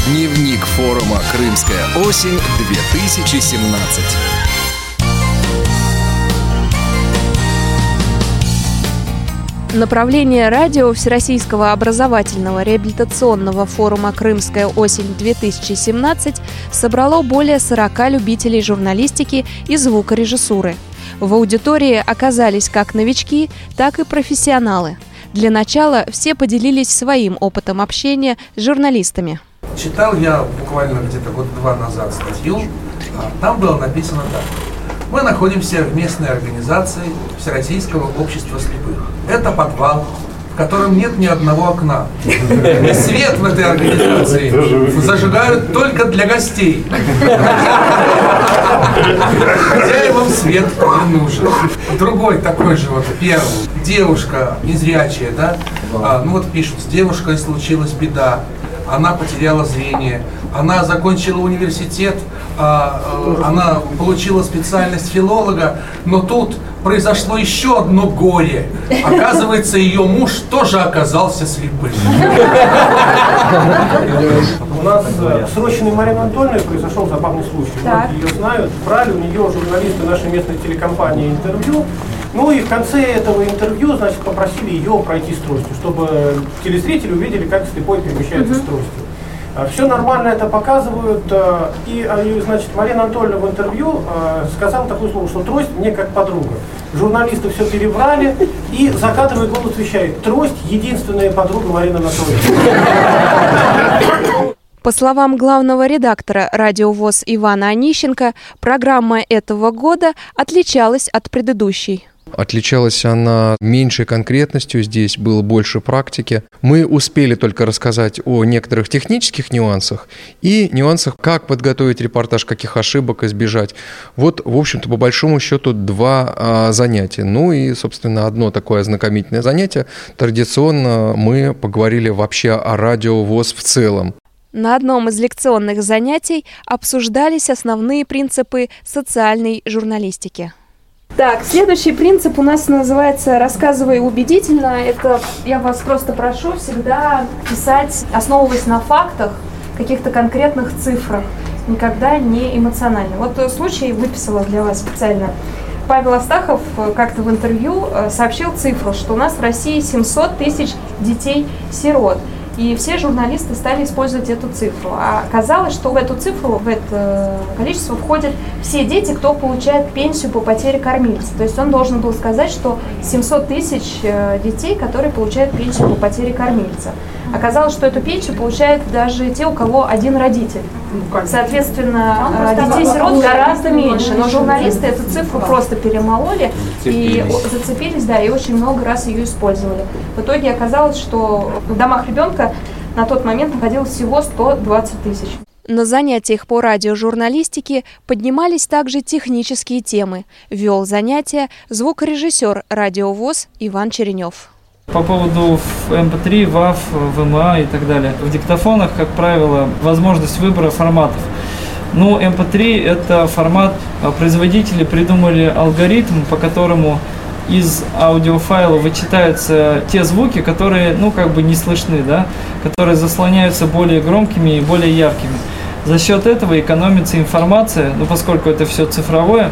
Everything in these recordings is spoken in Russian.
Дневник форума «Крымская осень-2017». Направление радио Всероссийского образовательного реабилитационного форума «Крымская осень-2017» собрало более 40 любителей журналистики и звукорежиссуры. В аудитории оказались как новички, так и профессионалы. Для начала все поделились своим опытом общения с журналистами. Читал я буквально где-то год-два назад статью, там было написано так. Мы находимся в местной организации Всероссийского общества слепых. Это подвал, в котором нет ни одного окна. И свет в этой организации зажигают только для гостей. Хозяевам свет не нужен. Другой такой же, вот первый. Девушка незрячая, да? Пишут, с девушкой случилась беда. Она потеряла зрение, она закончила университет, она получила специальность филолога, но тут произошло еще одно горе. Оказывается, ее муж тоже оказался слепым. У нас с Рощиной Мариной Анатольевной произошел забавный случай. Вот ее знают, брали у нее журналисты нашей местной телекомпании интервью. И в конце этого интервью, попросили ее пройти с тростью, чтобы телезрители увидели, как слепой перемещается с тростью. Все нормально это показывают, и Марина Анатольевна в интервью сказала такое слово, что трость мне как подруга. Журналисты все перебрали, и закадровый голос вещает: трость — единственная подруга Марины Анатольевны. По словам главного редактора «Радио ВОС» Ивана Онищенко, программа этого года отличалась от предыдущей. Отличалась она меньшей конкретностью, здесь было больше практики. Мы успели только рассказать о некоторых технических нюансах и нюансах, как подготовить репортаж, каких ошибок избежать. Вот, в общем-то, по большому счету, два занятия. И, собственно, одно такое ознакомительное занятие. Традиционно мы поговорили вообще о радио ВОС в целом. На одном из лекционных занятий обсуждались основные принципы социальной журналистики. Так, следующий принцип у нас называется «рассказывай убедительно». Это я вас просто прошу всегда писать, основываясь на фактах, каких-то конкретных цифрах, никогда не эмоционально. Вот случай выписала для вас специально. Павел Астахов как-то в интервью сообщил цифру, что у нас в России 700 тысяч детей-сирот. И все журналисты стали использовать эту цифру. А оказалось, что в эту цифру, в это количество входят все дети, кто получает пенсию по потере кормильца. То есть он должен был сказать, что 700 тысяч детей, которые получают пенсию по потере кормильца. Оказалось, что эту пенсию получают даже те, у кого один родитель. Соответственно, детей-сирот гораздо меньше. Но журналисты эту цифру просто перемололи и зацепились, и очень много раз ее использовали. В итоге оказалось, что в домах ребенка на тот момент находилось всего 120 тысяч. На занятиях по радиожурналистике поднимались также технические темы. Вел занятия звукорежиссер «Радио ВОС» Иван Черенев. По поводу MP3, WAV, VMA и так далее. В диктофонах, как правило, возможность выбора форматов. MP3 – это формат, производители придумали алгоритм, по которому из аудиофайла вычитаются те звуки, которые, не слышны, которые заслоняются более громкими и более яркими. За счет этого экономится информация, поскольку это все цифровое,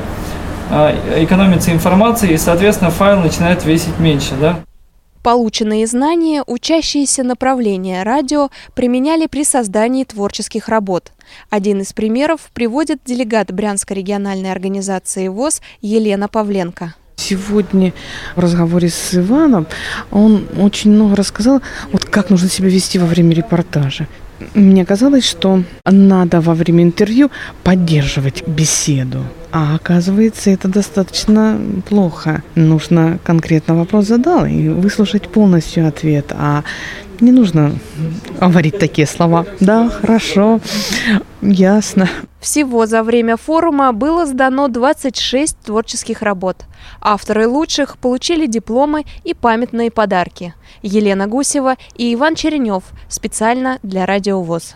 экономится информация, и, соответственно, файл начинает весить меньше, Полученные знания учащиеся направления радио применяли при создании творческих работ. Один из примеров приводит делегат Брянской региональной организации ВОС Елена Павленко. Сегодня в разговоре с Иваном он очень много рассказал, как нужно себя вести во время репортажа. Мне казалось, что надо во время интервью поддерживать беседу. А оказывается, это достаточно плохо. Нужно конкретно вопрос задал и выслушать полностью ответ. А не нужно говорить такие слова. Да, хорошо, ясно. Всего за время форума было сдано 26 творческих работ. Авторы лучших получили дипломы и памятные подарки. Елена Гусева и Иван Черенев специально для Радио ВОС.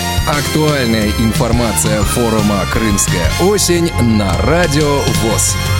Актуальная информация форума «Крымская осень» на Радио ВОС.